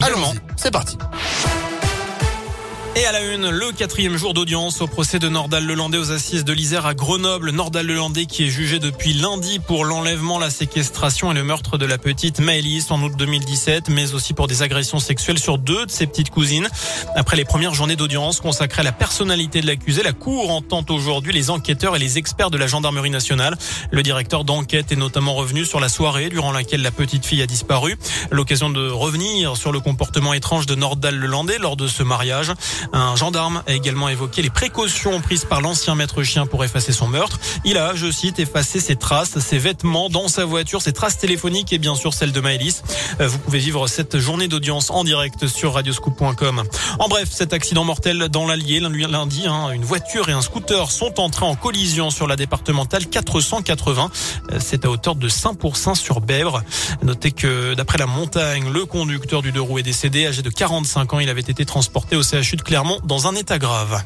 Allons-y, c'est parti. Et à la une, le 4e jour d'audience au procès de Nordal-Lelandais aux assises de l'Isère à Grenoble. Nordal-Lelandais qui est jugé depuis lundi pour l'enlèvement, la séquestration et le meurtre de la petite Maëlys en août 2017, mais aussi pour des agressions sexuelles sur 2 de ses petites cousines. Après les premières journées d'audience consacrées à la personnalité de l'accusé, la Cour entend aujourd'hui les enquêteurs et les experts de la gendarmerie nationale. Le directeur d'enquête est notamment revenu sur la soirée durant laquelle la petite fille a disparu. L'occasion de revenir sur le comportement étrange de Nordal-Lelandais lors de ce mariage. Un gendarme a également évoqué les précautions prises par l'ancien maître chien pour effacer son meurtre. Il a, je cite, effacé ses traces, ses vêtements dans sa voiture, ses traces téléphoniques et bien sûr celles de Maëlys. Vous pouvez vivre cette journée d'audience en direct sur radioscoop.com. En bref, cet accident mortel dans l'Allier lundi, une voiture et un scooter sont entrés en collision sur la départementale 480. C'est à hauteur de Saint-Pourçain-sur-Bèvre. Notez que d'après la montagne, le conducteur du 2 roues est décédé, âgé de 45 ans. Il avait été transporté au CHU de Clermont dans un état grave.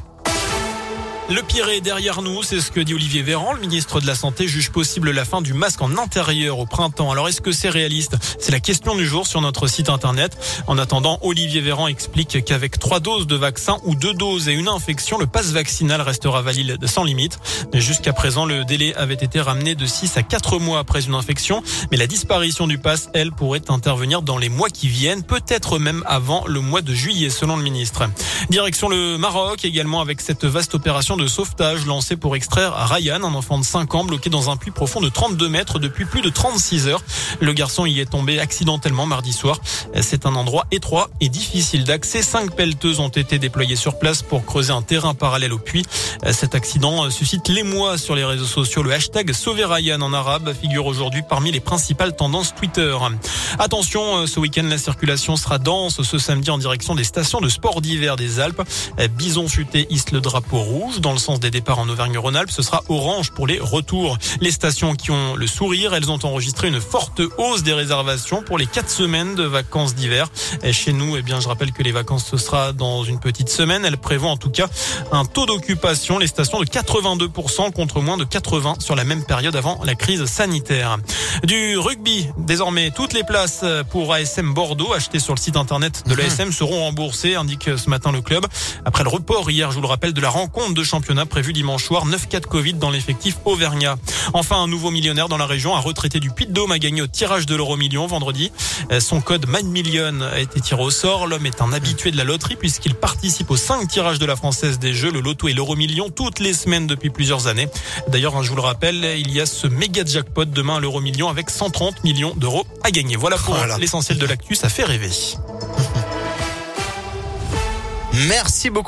Le pire est derrière nous, c'est ce que dit Olivier Véran. Le ministre de la Santé juge possible la fin du masque en intérieur au printemps. Alors est-ce que c'est réaliste? C'est la question du jour sur notre site internet. En attendant, Olivier Véran explique qu'avec 3 doses de vaccin ou 2 doses et une infection, le pass vaccinal restera valide sans limite. Jusqu'à présent, le délai avait été ramené de 6 à 4 mois après une infection. Mais la disparition du pass, elle, pourrait intervenir dans les mois qui viennent, peut-être même avant le mois de juillet, selon le ministre. Direction le Maroc, également avec cette vaste opération de sauvetage lancée pour extraire Ryan, un enfant de 5 ans bloqué dans un puits profond de 32 mètres depuis plus de 36 heures. Le garçon y est tombé accidentellement mardi soir. C'est un endroit étroit et difficile d'accès. 5 pelleteuses ont été déployées sur place pour creuser un terrain parallèle au puits. Cet accident suscite l'émoi sur les réseaux sociaux. Le hashtag Sauver Ryan en arabe figure aujourd'hui parmi les principales tendances Twitter. Attention, ce week-end, la circulation sera dense ce samedi en direction des stations de sport d'hiver des Alpes. Bison Futé hisse le drapeau rouge. Dans le sens des départs en Auvergne-Rhône-Alpes, ce sera orange pour les retours. Les stations qui ont le sourire, elles ont enregistré une forte hausse des réservations pour les 4 semaines de vacances d'hiver. Chez nous, je rappelle que les vacances, ce sera dans une petite semaine. Elles prévoient en tout cas un taux d'occupation, les stations de 82% contre moins de 80% sur la même période avant la crise sanitaire. Du rugby, désormais, toutes les places pour ASM Bordeaux achetées sur le site internet de l'ASM seront remboursées, indique ce matin le club. Après le report hier, je vous le rappelle, de la rencontre de championnat prévu dimanche soir, 9 cas de Covid dans l'effectif auvergnat. Enfin, un nouveau millionnaire dans la région, un retraité du Puy-de-Dôme a gagné au tirage de l'euro-million vendredi. Son code MyMillion a été tiré au sort. L'homme est un habitué de la loterie puisqu'il participe aux 5 tirages de la Française des Jeux, le loto et l'euro-million toutes les semaines depuis plusieurs années. D'ailleurs, je vous le rappelle, il y a ce méga jackpot demain à l'euro-million avec 130 millions d'euros à gagner. Voilà pour l'essentiel de l'actu, ça fait rêver. Merci beaucoup.